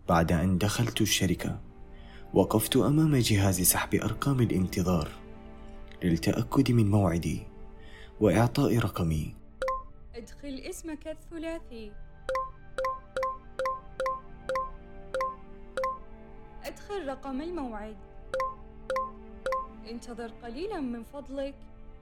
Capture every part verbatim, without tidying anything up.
بعد أن دخلت الشركة وقفت أمام جهاز سحب أرقام الانتظار للتأكد من موعدي وإعطاء رقمي. ادخل اسمك الثلاثي. ادخل رقم الموعد. انتظر قليلا من فضلك.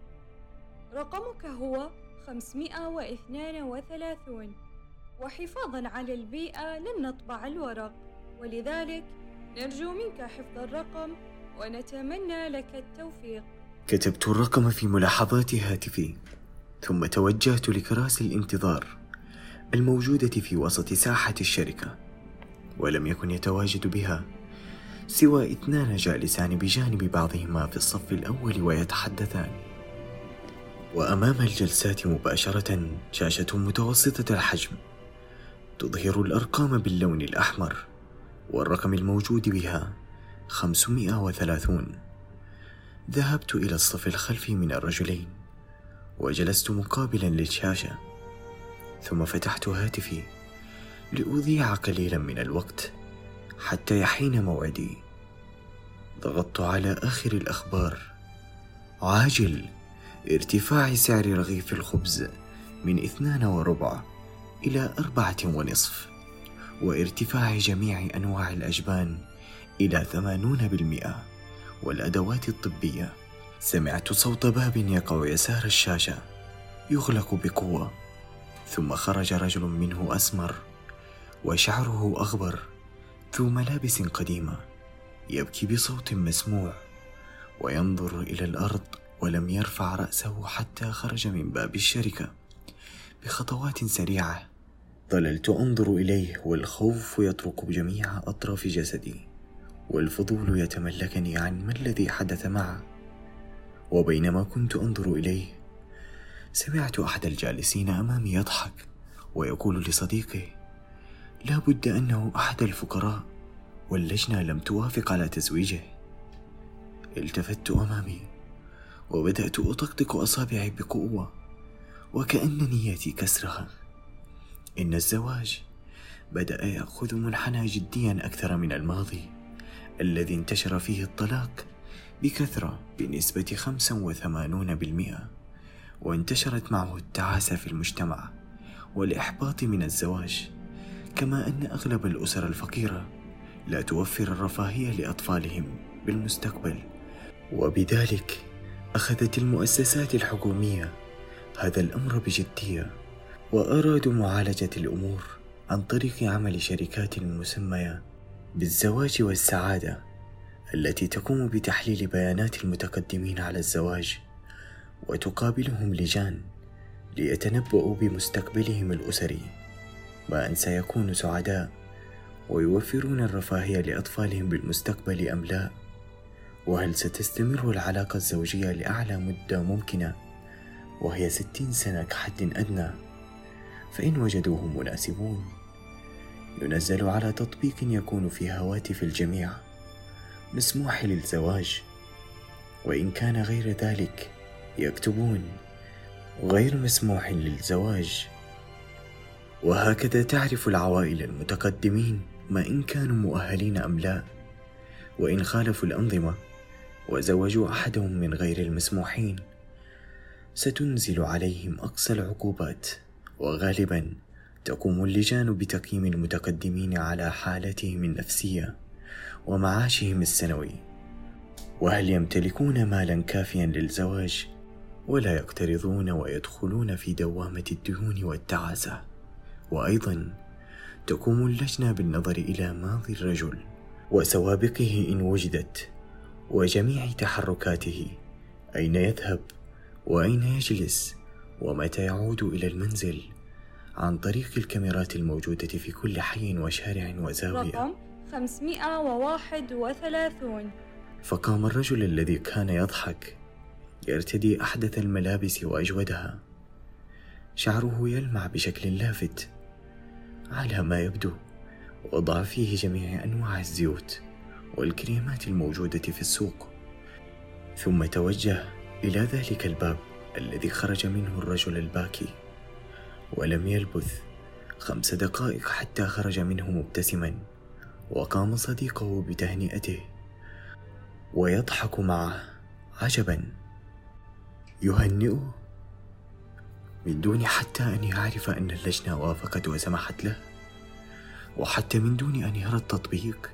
رقمك هو خمسمائة واثنان وثلاثون، وحفاظا على البيئة لن نطبع الورق، ولذلك نرجو منك حفظ الرقم ونتمنى لك التوفيق. كتبت الرقم في ملاحظات هاتفي، ثم توجهت لكراسي الانتظار الموجودة في وسط ساحة الشركة، ولم يكن يتواجد بها سوى اثنان جالسان بجانب بعضهما في الصف الأول ويتحدثان. وأمام الجلسات مباشرة شاشة متوسطة الحجم تظهر الأرقام باللون الأحمر، والرقم الموجود بها خمسمائة وثلاثون. ذهبت إلى الصف الخلفي من الرجلين وجلست مقابلا للشاشة، ثم فتحت هاتفي لأضيع قليلا من الوقت حتى يحين موعدي. ضغطت على آخر الأخبار: عاجل ارتفاع سعر رغيف الخبز من اثنان وربع إلى أربعة ونصف، وارتفاع جميع أنواع الأجبان إلى ثمانون بالمئة، والأدوات الطبية. سمعت صوت باب يقع يسار الشاشة يغلق بقوة، ثم خرج رجل منه أسمر وشعره أغبر ذو ملابس قديمة، يبكي بصوت مسموع وينظر إلى الأرض، ولم يرفع رأسه حتى خرج من باب الشركة بخطوات سريعة. ظللت أنظر إليه والخوف يطرق جميع أطراف جسدي، والفضول يتملكني عن ما الذي حدث معه. وبينما كنت أنظر إليه سمعت أحد الجالسين أمامي يضحك ويقول لصديقه: لا بد أنه أحد الفقراء، واللجنة لم توافق على تزويجه. التفت أمامي وبدأت أطقطق أصابعي بقوة وكأن نيتي كسرها. إن الزواج بدأ يأخذ منحنى جديا أكثر من الماضي الذي انتشر فيه الطلاق بكثرة بنسبة خمسة وثمانين بالمئة، وانتشرت معه التعاسة في المجتمع والإحباط من الزواج، كما أن أغلب الأسر الفقيرة لا توفر الرفاهية لأطفالهم بالمستقبل. وبذلك أخذت المؤسسات الحكومية هذا الأمر بجدية، وأرادوا معالجة الأمور عن طريق عمل شركات مسمية بالزواج والسعادة، التي تقوم بتحليل بيانات المتقدمين على الزواج وتقابلهم لجان ليتنبؤوا بمستقبلهم الأسري، ما أن سيكونوا سعداء ويوفرون الرفاهية لأطفالهم بالمستقبل أم لا، وهل ستستمر العلاقة الزوجية لأعلى مدة ممكنة وهي ستين سنة كحد أدنى. فإن وجدوهم مناسبون ينزل على تطبيق يكون في هواتف الجميع مسموح للزواج، وإن كان غير ذلك يكتبون غير مسموح للزواج. وهكذا تعرف العوائل المتقدمين ما إن كانوا مؤهلين أم لا. وإن خالفوا الأنظمة وزوجوا أحدهم من غير المسموحين ستنزل عليهم أقصى العقوبات، وغالبا تقوم اللجان بتقييم المتقدمين على حالتهم النفسية ومعاشهم السنوي، وهل يمتلكون مالا كافيا للزواج ولا يقترضون ويدخلون في دوامة الديون والتعاسة. وأيضا تقوم اللجنة بالنظر إلى ماضي الرجل وسوابقه إن وجدت، وجميع تحركاته، أين يذهب وأين يجلس ومتى يعود إلى المنزل، عن طريق الكاميرات الموجودة في كل حي وشارع وزاوية. رقم خمسمائة وواحد وثلاثون. فقام الرجل الذي كان يضحك يرتدي أحدث الملابس وأجودها، شعره يلمع بشكل لافت على ما يبدو، وضع فيه جميع أنواع الزيوت والكريمات الموجودة في السوق، ثم توجه إلى ذلك الباب الذي خرج منه الرجل الباكي، ولم يلبث خمس دقائق حتى خرج منه مبتسما وقام صديقه بتهنئته ويضحك معه عجبا، يهنئه من دون حتى أن يعرف أن اللجنة وافقت وسمحت له، وحتى من دون أن يرى التطبيق.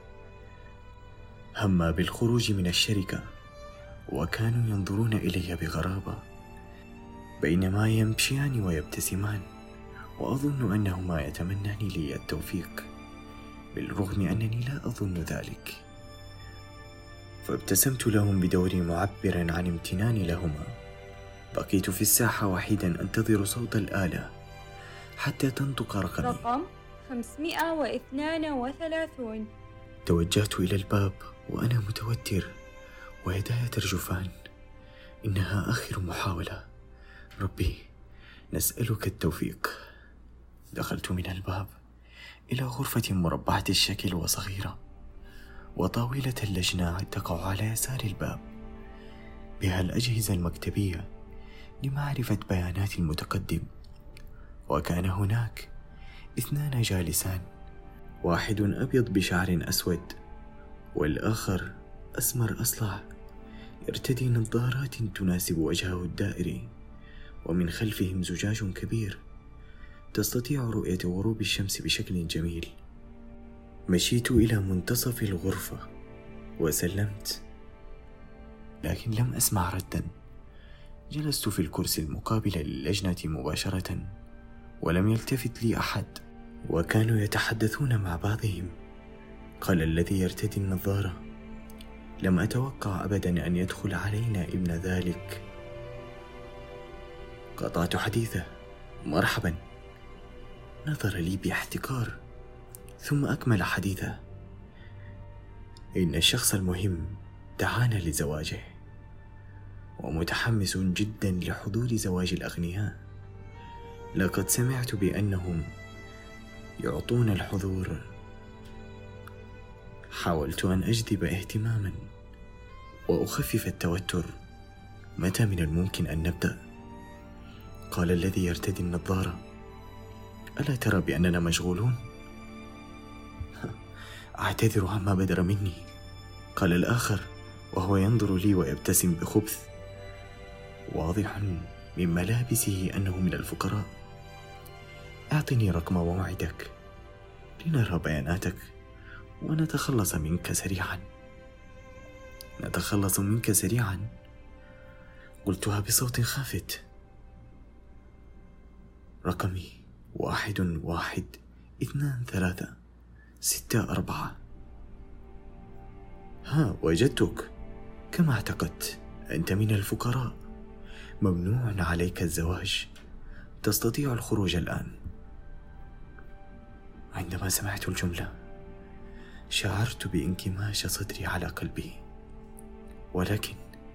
هم بالخروج من الشركة وكانوا ينظرون إلي بغرابة بينما يمشيان ويبتسمان، وأظن أنهما يتمنان لي التوفيق بالرغم أنني لا أظن ذلك. فابتسمت لهم بدوري معبرا عن امتناني لهما. بقيت في الساحة وحيدا أنتظر صوت الآلة حتى تنطق رقمي. رقم خمسمائة واثنان وثلاثون. توجهت إلى الباب وأنا متوتر ويداي ترجفان. إنها آخر محاولة. ربي، نسألك التوفيق. دخلت من الباب إلى غرفة مربعة الشكل وصغيرة، وطاولة اللجنة تقع على يسار الباب، بها الأجهزة المكتبية لمعرفة بيانات المتقدم. وكان هناك اثنان جالسان، واحد أبيض بشعر أسود والآخر أسمر أصلع، يرتدي نظارات تناسب وجهه الدائري، ومن خلفهم زجاج كبير تستطيع رؤية غروب الشمس بشكل جميل. مشيت إلى منتصف الغرفة وسلمت، لكن لم أسمع ردا. جلست في الكرسي المقابل للجنة مباشرة ولم يلتفت لي أحد، وكانوا يتحدثون مع بعضهم. قال الذي يرتدي النظارة: لم أتوقع أبدا أن يدخل علينا ابن ذلك. قطعت حديثه: مرحبا. نظر لي باحتقار ثم أكمل حديثه: إن الشخص المهم دعانا لزواجه، ومتحمس جدا لحضور زواج الأغنياء. لقد سمعت بأنهم يعطون الحضور. حاولت أن أجذب اهتماما وأخفف التوتر. متى من الممكن أن نبدأ؟ قال الذي يرتدي النظارة: ألا ترى بأننا مشغولون؟ أعتذر عما بدر مني. قال الآخر وهو ينظر لي ويبتسم بخبث. واضح من ملابسه أنه من الفقراء. أعطني رقم موعدك لنرى بياناتك ونتخلص منك سريعا. نتخلص منك سريعا؟ قلتها بصوت خافت. رقمي واحد واحد اثنان ثلاثة ستة أربعة. ها، وجدتك كما اعتقدت. أنت من الفقراء، ممنوع عليك الزواج، تستطيع الخروج الآن. عندما سمعت الجملة شعرت بانكماش صدري على قلبي. ولكن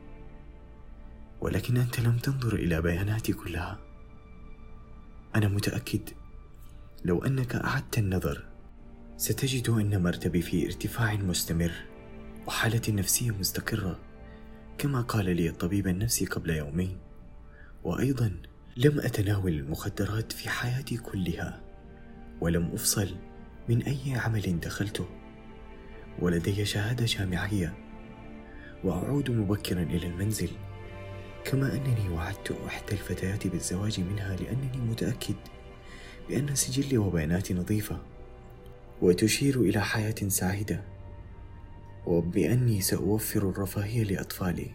ولكن أنت لم تنظر إلى بياناتي كلها. أنا متأكد لو أنك أعدت النظر ستجد أن مرتبي في ارتفاع مستمر وحالتي النفسية مستقرة كما قال لي الطبيب النفسي قبل يومين. وأيضا لم أتناول المخدرات في حياتي كلها، ولم أفصل من أي عمل دخلته، ولدي شهادة جامعية، وأعود مبكرا إلى المنزل. كما أنني وعدت إحدى الفتيات بالزواج منها لأنني متأكد بأن سجلي وبياناتي نظيفة وتشير إلى حياة سعيدة، وبأني سأوفر الرفاهية لأطفالي.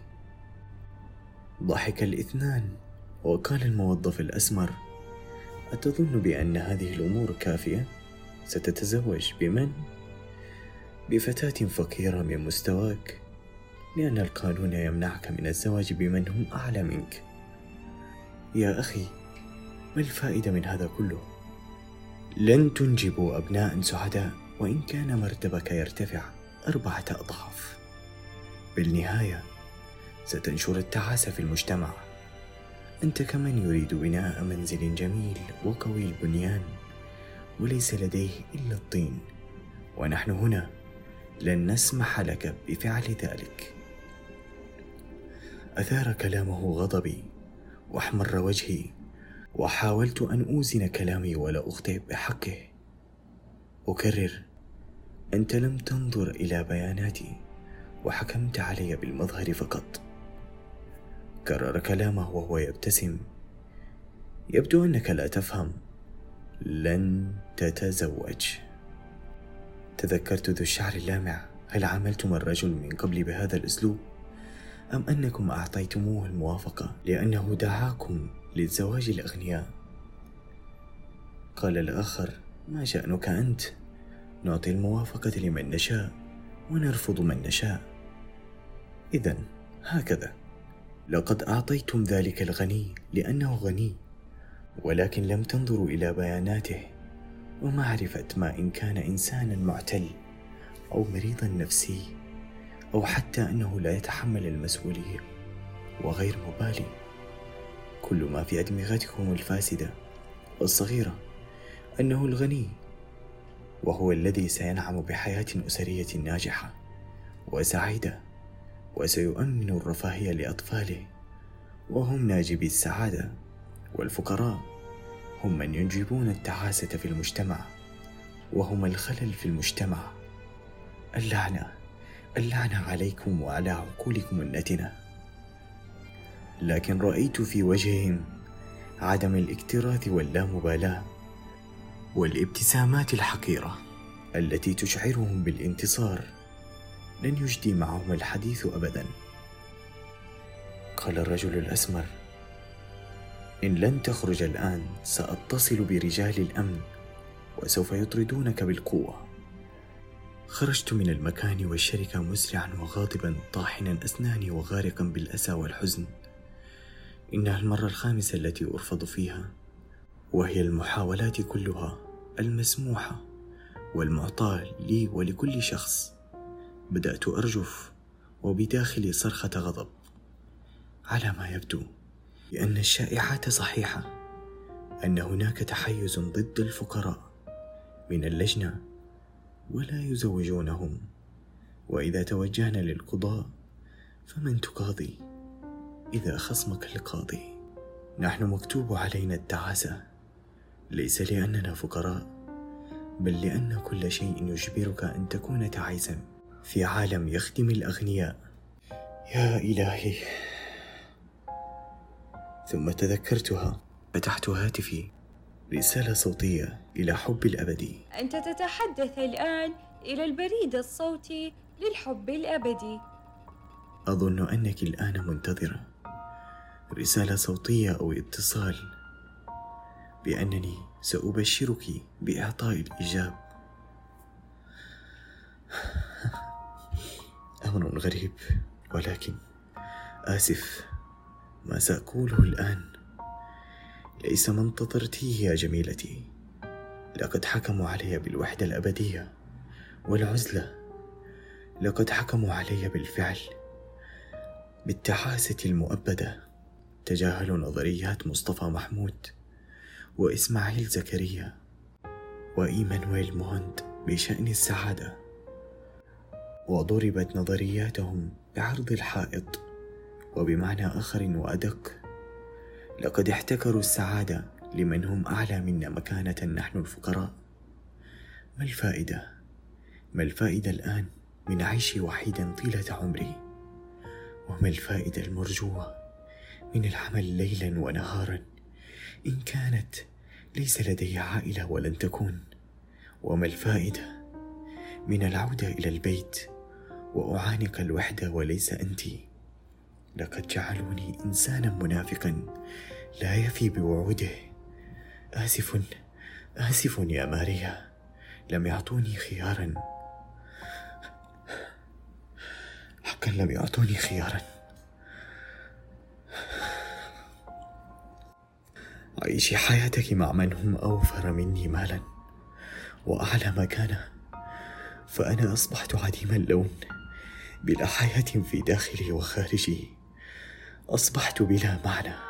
ضحك الاثنان وقال الموظف الأسمر: أتظن بأن هذه الأمور كافية؟ ستتزوج بمن؟ بفتاة فقيرة من مستواك، لأن القانون يمنعك من الزواج بمن هم أعلى منك. يا أخي، ما الفائدة من هذا كله؟ لن تنجبوا أبناء سعداء وإن كان مرتبك يرتفع أربعة أضعاف. بالنهاية ستنشر التعاسة في المجتمع. أنت كمن يريد بناء منزل جميل وقوي البنيان وليس لديه إلا الطين، ونحن هنا لن نسمح لك بفعل ذلك. أثار كلامه غضبي واحمر وجهي، وحاولت أن أوزن كلامي ولا أخطئ بحقه. أكرر: أنت لم تنظر إلى بياناتي وحكمت علي بالمظهر فقط. كرر كلامه وهو يبتسم. يبدو أنك لا تفهم. لن تتزوج. تذكرت ذو الشعر اللامع. هل عاملتم الرجل من قبل بهذا الأسلوب؟ أم أنكم أعطيتموه الموافقة لأنه دعاكم للزواج الأغنياء؟ قال الآخر: ما شأنك أنت؟ نعطي الموافقة لمن نشاء ونرفض من نشاء. إذن هكذا، لقد أعطيتم ذلك الغني لأنه غني، ولكن لم تنظروا إلى بياناته ومعرفة ما إن كان إنسانا معتل أو مريضا نفسي، أو حتى أنه لا يتحمل المسؤولية وغير مبالي. كل ما في أدمغتكم الفاسدة والصغيرة أنه الغني، وهو الذي سينعم بحياة أسرية ناجحة وسعيدة، وسيؤمن الرفاهية لأطفاله، وهم ناجبي السعادة. والفقراء هم من ينجبون التعاسة في المجتمع، وهم الخلل في المجتمع. اللعنة اللعنة عليكم وعلى عقولكم النتنة. لكن رأيت في وجههم عدم الاكتراث واللامبالاة والابتسامات الحقيرة التي تشعرهم بالانتصار. لن يجدي معهم الحديث أبدا. قال الرجل الأسمر: إن لن تخرج الآن سأتصل برجال الأمن وسوف يطردونك بالقوة. خرجت من المكان والشركة مسرعا وغاضبا، طاحنا أسناني وغارقا بالأسى والحزن. إنها المرة الخامسة التي أرفض فيها، وهي المحاولات كلها المسموحة والمعطاة لي ولكل شخص. بدأت أرجف وبداخلي صرخة غضب. على ما يبدو لأن الشائعات صحيحة، أن هناك تحيز ضد الفقراء من اللجنة ولا يزوجونهم. وإذا توجهنا للقضاء فمن تقاضي إذا خصمك القاضي؟ نحن مكتوب علينا التعاسة، ليس لأننا فقراء، بل لأن كل شيء يجبرك أن تكون تعيسا في عالم يخدم الأغنياء. يا إلهي! ثم تذكرتها. فتحت هاتفي. رسالة صوتية إلى حب الأبدي. أنت تتحدث الآن إلى البريد الصوتي للحب الأبدي. أظن أنك الآن منتظرة رسالة صوتية أو اتصال بأنني سأبشرك بإعطاء الإجاب. أمر غريب، ولكن آسف. ما سأقوله الآن ليس ما انتظرتيه يا جميلتي. لقد حكموا علي بالوحدة الأبدية والعزلة. لقد حكموا علي بالفعل بالتعاسة المؤبدة. تجاهلوا نظريات مصطفى محمود وإسماعيل زكريا وإيمانويل مونت بشأن السعادة، وضربت نظرياتهم بعرض الحائط. وبمعنى آخر وأدق، لقد احتكروا السعادة لمن هم أعلى منا مكانة نحن الفقراء. ما الفائدة؟ ما الفائدة الآن من عيشي وحيدا طيلة عمري؟ وما الفائدة المرجوة من العمل ليلا ونهارا إن كانت ليس لدي عائلة ولن تكون؟ وما الفائدة من العودة إلى البيت وأعانق الوحدة وليس أنت؟ لقد جعلوني إنسانا منافقا لا يفي بوعوده. آسف آسف يا ماريا، لم يعطوني خيارا. حقا لم يعطوني خيارا. عيشي حياتك مع من هم أوفر مني مالا وأعلى مكانة، فأنا أصبحت عديم اللون، بلا حياة في داخلي وخارجي. أصبحت بلا معنى.